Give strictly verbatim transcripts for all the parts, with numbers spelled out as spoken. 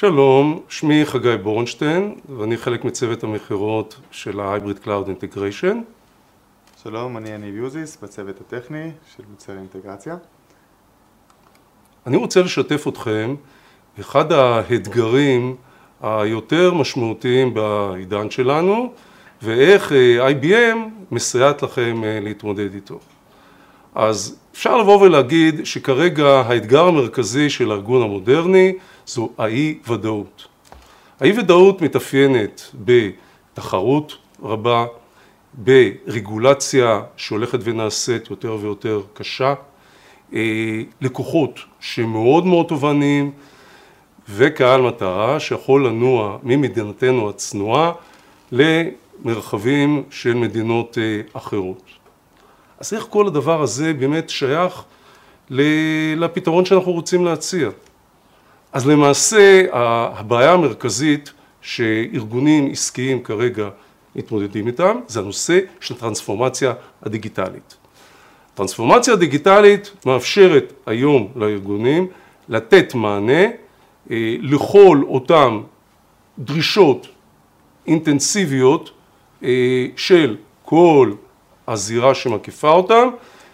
שלום, שמי חגי בורנשטיין ואני חלק מצוות המכירות של ה-Hybrid Cloud Integration. שלום, אני יניב יוזיס בצוות הטכני של מוצרי אינטגרציה. אני רוצה לשתף אתכם אחד האתגרים היותר משמעותיים בעידן שלנו ואיך איי בי אם מסייעת לכם להתמודד איתו. אז אפשר לבוא ולהגיד שכרגע האתגר המרכזי של הארגון המודרני זו האי-ודאות. האי-ודאות מתאפיינת בתחרות רבה, ברגולציה שהולכת ונעשית יותר ויותר קשה, לקוחות שמאוד מאוד תובעניים, וקהל מטרה שיכול לנוע ממדינתנו הצנועה למרחבים של מדינות אחרות. אז איך כל הדבר הזה באמת שייך לפתרון שאנחנו רוצים להציע? אז למעשה הבעיה המרכזית שארגונים עסקיים כרגע מתמודדים איתם זה הנושא של טרנספורמציה הדיגיטלית. טרנספורמציה הדיגיטלית מאפשרת היום לארגונים לתת מענה לכל אותן דרישות אינטנסיביות של כל הזירה שמקיפה אותם,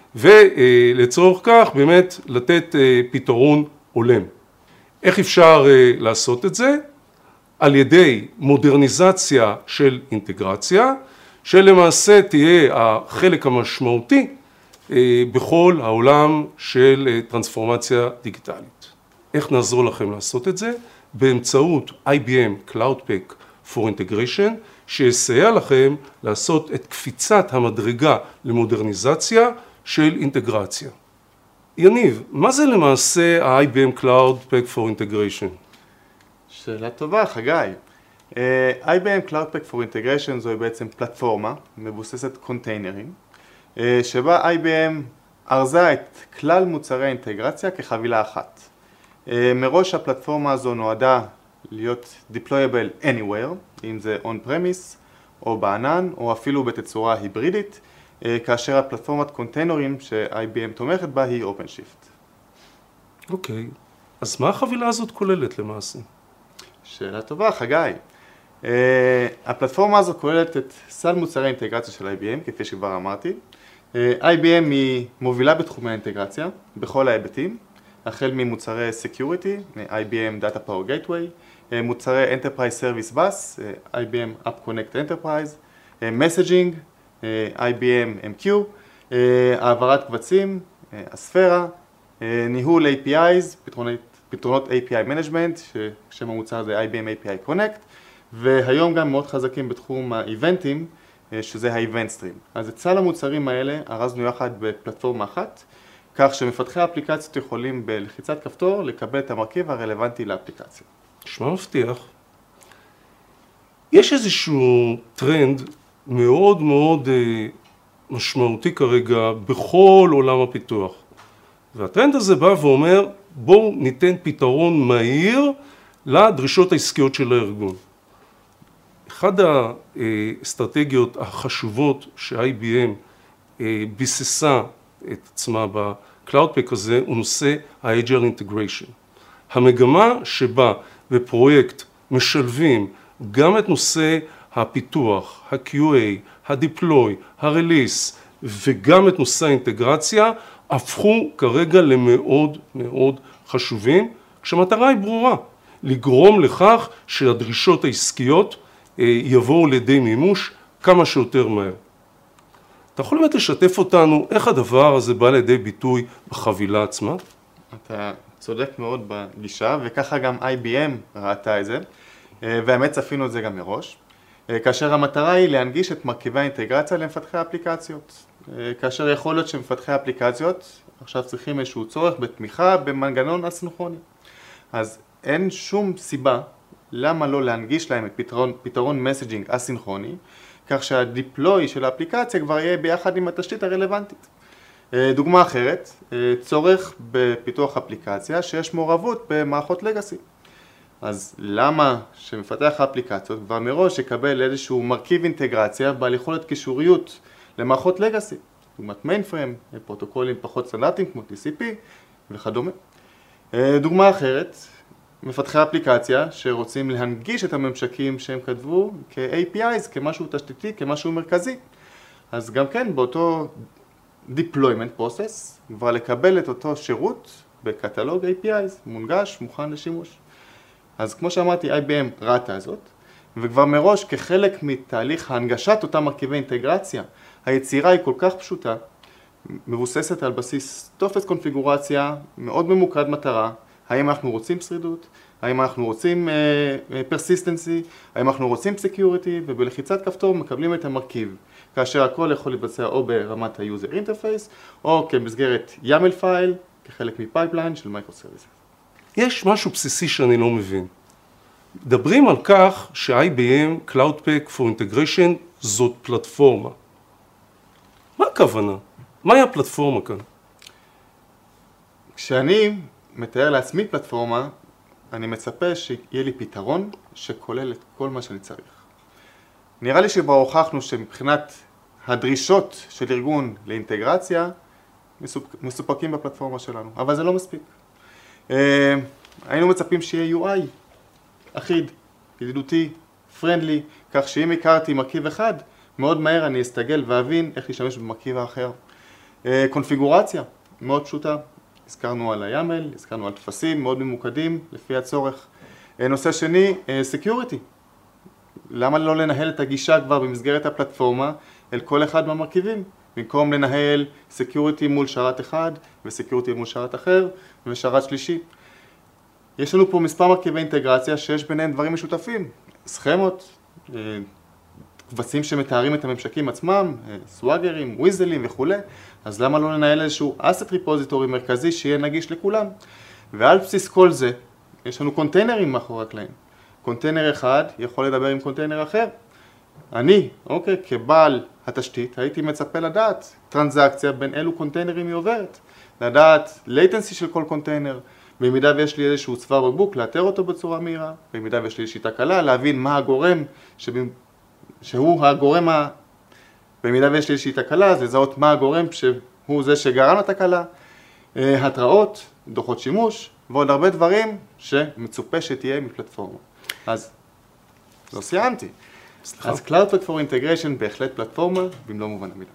ולצורך כך באמת לתת פתרון הולם. איך אפשר לעשות את זה? על ידי מודרניזציה של אינטגרציה, שלמעשה תהיה החלק המשמעותי בכל העולם של טרנספורמציה דיגיטלית. איך נעזור לכם לעשות את זה? באמצעות איי בי אם Cloud Pak for Integration, שיסייע לכם לעשות את קפיצת המדרגה למודרניזציה של אינטגרציה. יניב, מה זה למעשה ה-איי בי אם Cloud Pak for Integration? שאלה טובה, חגי. איי בי אם Cloud Pak for Integration זוהי בעצם פלטפורמה מבוססת קונטיינרים, שבה איי בי אם ארזה את כלל מוצרי אינטגרציה כחבילה אחת. מראש הפלטפורמה הזו נועדה להיות deployable anywhere, אם זה on-premise או בענן או אפילו בתצורה היברידית, כאשר הפלטפורמת קונטיינרים ש-איי בי אם תומכת בה היא OpenShift. אוקיי, אז מה החבילה הזאת כוללת למעשה? שאלה טובה, חגי. Uh, הפלטפורמה הזו כוללת את סל מוצרי אינטגרציה של איי בי אם, כפי שכבר אמרתי. Uh, איי בי אם היא מובילה בתחומי האינטגרציה, בכל ההיבטים, החל ממוצרי Security, איי בי אם Data Power Gateway, uh, מוצרי Enterprise Service Bus, uh, איי בי אם App Connect Enterprise, uh, Messaging, uh, איי בי אם אם קיו, uh, העברת קבצים, uh, הספירה, uh, ניהול איי פי איז, פתרונות, פתרונות איי פי איי Management, ששם המוצר זה איי בי אם איי פי איי Connect, והיום גם מאוד חזקים בתחום האיבנטים, שזה ה-Event Stream. אז את סל המוצרים האלה ארזנו יחד בפלטפורמה אחת, כך שמפתחי האפליקציות יכולים בלחיצת כפתור לקבל את המרכיב הרלוונטי לאפליקציה. נשמע מבטיח. יש איזשהו טרנד מאוד מאוד משמעותי כרגע בכל עולם הפיתוח. והטרנד הזה בא ואומר, בואו ניתן פתרון מהיר לדרישות העסקיות של הארגון. אחד האסטרטגיות החשובות ש-איי בי אם ביססה את עצמה ב-Cloud Pak הזה הוא נושא ה-Agile Integration. המגמה שבה בפרויקט משלבים גם את נושא הפיתוח, ה-קיו איי, ה-Deploy, ה-Release וגם את נושא האינטגרציה הפכו כרגע למאוד מאוד חשובים, כשהמטרה היא ברורה, לגרום לכך שהדרישות העסקיות יבואו לידי מימוש כמה שיותר מהר. אתה יכול באמת לשתף אותנו איך הדבר הזה בא לידי ביטוי בחבילה עצמה? אתה צודק מאוד בגישה, וככה גם איי בי אם ראתה את זה, והאמת צפינו את זה גם מראש, כאשר המטרה היא להנגיש את מרכיבי האינטגרציה למפתחי האפליקציות. כאשר יכול להיות שמפתחי האפליקציות עכשיו צריכים איזשהו צורך בתמיכה במנגנון אסינכרוני. אז אין שום סיבה למה לא להנגיש להם את פתרון, פתרון מסג'ינג אסינכרוני, כך שהדיפלוי של האפליקציה כבר יהיה ביחד עם התשתית הרלוונטית. דוגמה אחרת, צורך בפיתוח אפליקציה שיש מעורבות במערכות לגאסי. אז למה שמפתח האפליקציות כבר מראש יקבל איזשהו מרכיב אינטגרציה בעל יכולת קישוריות למערכות לגאסי, דוגמת מיינפריים, פרוטוקולים פחות סטנדרטיים כמו טי סי פי וכדומה. דוגמה אחרת, מפתחי אפליקציה שרוצים להנגיש את הממשקים שהם כתבו כ-איי פי איז, כמשהו תשתיתי, כמשהו מרכזי. אז גם כן באותו deployment process, כבר לקבל את אותו שירות בקטלוג איי פי איז, מונגש, מוכן לשימוש. אז כמו שאמרתי, איי בי אם ראתה זאת, וכבר מראש כחלק מתהליך ההנגשת אותם מרכיבי אינטגרציה, היצירה היא כל כך פשוטה, מבוססת על בסיס טופס קונפיגורציה מאוד ממוקד מטרה, האם אנחנו רוצים שרידות, האם אנחנו רוצים uh, persistency, האם אנחנו רוצים security, ובלחיצת כפתור מקבלים את המרכיב, כאשר הכל יכול להתבצע או ברמת ה-user interface, או כמסגרת יאמל פייל, כחלק מפייפליין של מייקרו-סרוויסס. יש משהו בסיסי שאני לא מבין. מדברים על כך ש-איי בי אם Cloud Pak for Integration זאת פלטפורמה. מה הכוונה? מהי הפלטפורמה כאן? כשאני מתאר לעצמי פלטפורמה, אני מצפה שיהיה לי פתרון שכולל את כל מה שאני צריך. נראה לי שבה הוכחנו שמבחינת הדרישות של ארגון לאינטגרציה, מסופקים בפלטפורמה שלנו, אבל זה לא מספיק. היינו מצפים שיהיה יו איי אחיד, ידידותי, פרנדלי, כך שאם הכרתי מרכיב אחד, מאוד מהר אני אסתגל ואבין איך להשתמש במרכיב האחר. קונפיגורציה, מאוד פשוטה. הזכרנו על ה-יאמל, הזכרנו על תפסים מאוד ממוקדים לפי הצורך. נושא שני, security. למה לא לנהל את הגישה כבר במסגרת הפלטפורמה אל כל אחד מהמרכיבים? במקום לנהל security מול שרת אחד ו-security מול שרת אחר ושרת שלישי. יש לנו פה מספר מרכיבי אינטגרציה שיש ביניהם דברים משותפים. סכמות, קבצים שמתארים את הממשקים עצמם, סוואגרים, וויזלים וכו'. אז למה לא לנהל איזשהו asset repository מרכזי שיהיה נגיש לכולם? ועל בסיס כל זה, יש לנו קונטיינרים מאחורי הקלעים. קונטיינר אחד יכול לדבר עם קונטיינר אחר. אני, אוקיי, כבעל התשתית, הייתי מצפה לדעת טרנזקציה בין אילו קונטיינרים היא עוברת. לדעת latency של כל קונטיינר, במידה ויש לי איזשהו צוואר בקבוק, לאתר אותו בצורה מהירה, במידה ויש לי שיטה קלה, להבין מה הגורם שבמ... שהוא הגורם ה... במידה ויש לי איזושהי תקלה, אז לזהות מה הגורם שהוא זה שגרם לתקלה, התראות, דוחות שימוש, ועוד הרבה דברים שמצופה שתהיה מפלטפורמה. אז לא סיימתי. סליחה. אז Cloud Pak for Integration בהחלט פלטפורמה, במלוא מובן המילה.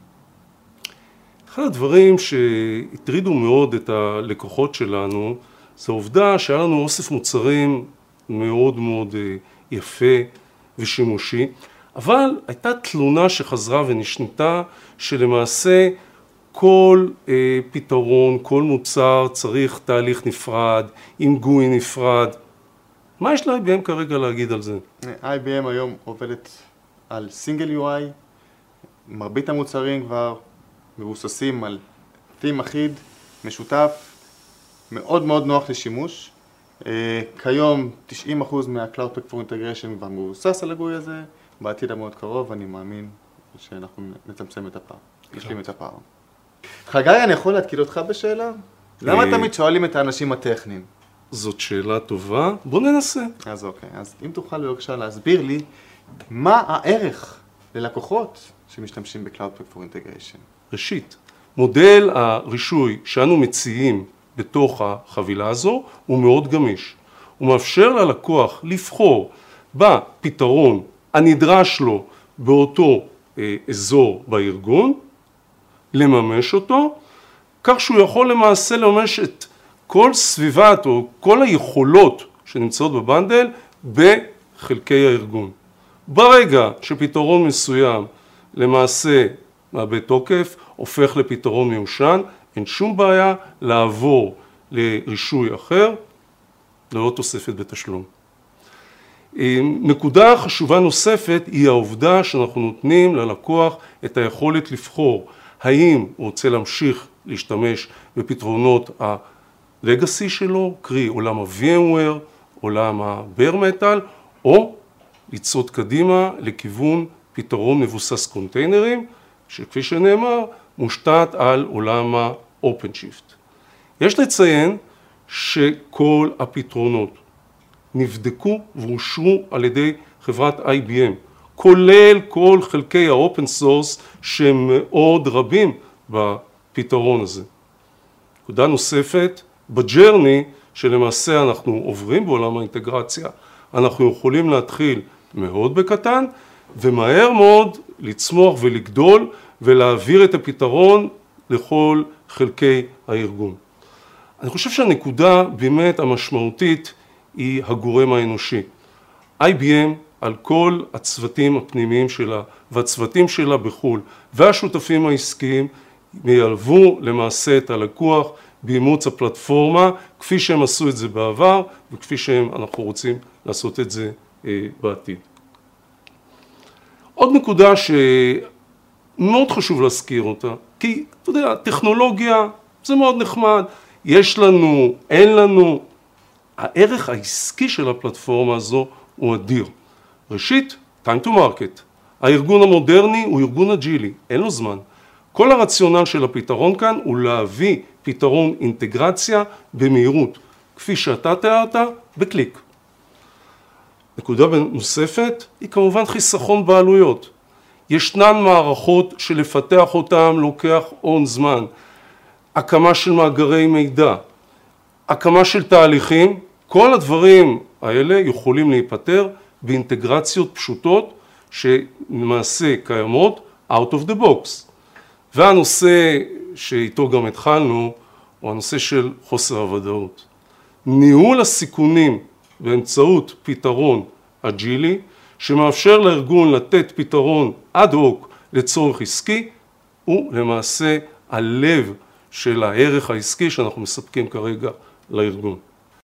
אחד הדברים שהטרידו מאוד את הלקוחות שלנו, זה העובדה שהיה לנו אוסף מוצרים מאוד מאוד יפה ושימושי, אבל הייתה תלונה שחזרה ונשנתה שלמעשה כל אה, פתרון, כל מוצר צריך תהליך נפרד, עם גוי נפרד. מה יש ל-איי בי אם כרגע להגיד על זה? איי בי אם היום עובדת על סינגל יו איי, מרבית המוצרים כבר מבוססים על תים אחיד, משותף, מאוד מאוד נוח לשימוש. אה, כיום תשעים אחוז מה-Cloud Pak for Integration כבר מבוסס על הגוי הזה, בעתיד המאוד קרוב אני מאמין שאנחנו נצמצם את הפער, נשלים את הפער. חגי, אני יכול להתקיל אותך בשאלה? למה תמיד שואלים את האנשים הטכניים? זאת שאלה טובה, בוא ננסה. אז אוקיי, אז אם תוכל בבקשה להסביר לי מה הערך ללקוחות שמשתמשים ב-Cloud Pak for Integration? ראשית, מודל הרישוי שאנו מציעים בתוך החבילה הזו הוא מאוד גמיש. הוא מאפשר ללקוח לבחור בפתרון הנדרש לו באותו אה, אזור בארגון, לממש אותו, כך שהוא יכול למעשה לממש את כל סביבת או כל היכולות שנמצאות בבנדל בחלקי הארגון. ברגע שפתרון מסוים למעשה מאבד תוקף, הופך לפתרון מיושן, אין שום בעיה לעבור לרישוי אחר, ללא תוספת בתשלום. נקודה חשובה נוספת היא העובדה שאנחנו נותנים ללקוח את היכולת לבחור האם הוא רוצה להמשיך להשתמש בפתרונות ה-Legacy שלו, קרי עולם ה-VMware, עולם ה-Bare Metal, או לצעוד קדימה לכיוון פתרון מבוסס קונטיינרים, שכפי שנאמר, מושתת על עולם ה-OpenShift. יש לציין שכל הפתרונות נבדקו ואושרו על ידי חברת איי בי אם, כולל כל חלקי האופן סורס שהם מאוד רבים בפתרון הזה. נקודה נוספת, בג'רני שלמעשה אנחנו עוברים בעולם האינטגרציה, אנחנו יכולים להתחיל מאוד בקטן, ומהר מאוד לצמוח ולגדול ולהעביר את הפתרון לכל חלקי הארגון. אני חושב שהנקודה באמת המשמעותית היא הגורם האנושי. איי בי אם על כל הצוותים הפנימיים שלה והצוותים שלה בחו"ל והשותפים העסקיים ילוו למעשה את הלקוח באימוץ הפלטפורמה כפי שהם עשו את זה בעבר וכפי שאנחנו רוצים לעשות את זה אה, בעתיד. עוד נקודה שמאוד חשוב להזכיר אותה, כי אתה יודע, טכנולוגיה זה מאוד נחמד, יש לנו, אין לנו, הערך העסקי של הפלטפורמה הזו הוא אדיר. ראשית, time to market. הארגון המודרני הוא ארגון אג'ילי, אין לו זמן. כל הרציונל של הפתרון כאן הוא להביא פתרון אינטגרציה במהירות, כפי שאתה תיארת, בקליק. נקודה נוספת היא כמובן חיסכון בעלויות. ישנן מערכות שלפתח אותן לוקח הון זמן, הקמה של מאגרי מידע, הקמה של תהליכים, כל הדברים האלה יכולים להיפטר באינטגרציות פשוטות שלמעשה קיימות out of the box. והנושא שאיתו גם התחלנו הוא הנושא של חוסר הוודאות. ניהול הסיכונים באמצעות פתרון אג'ילי שמאפשר לארגון לתת פתרון אד הוק לצורך עסקי הוא למעשה הלב של הערך העסקי שאנחנו מספקים כרגע לארגון.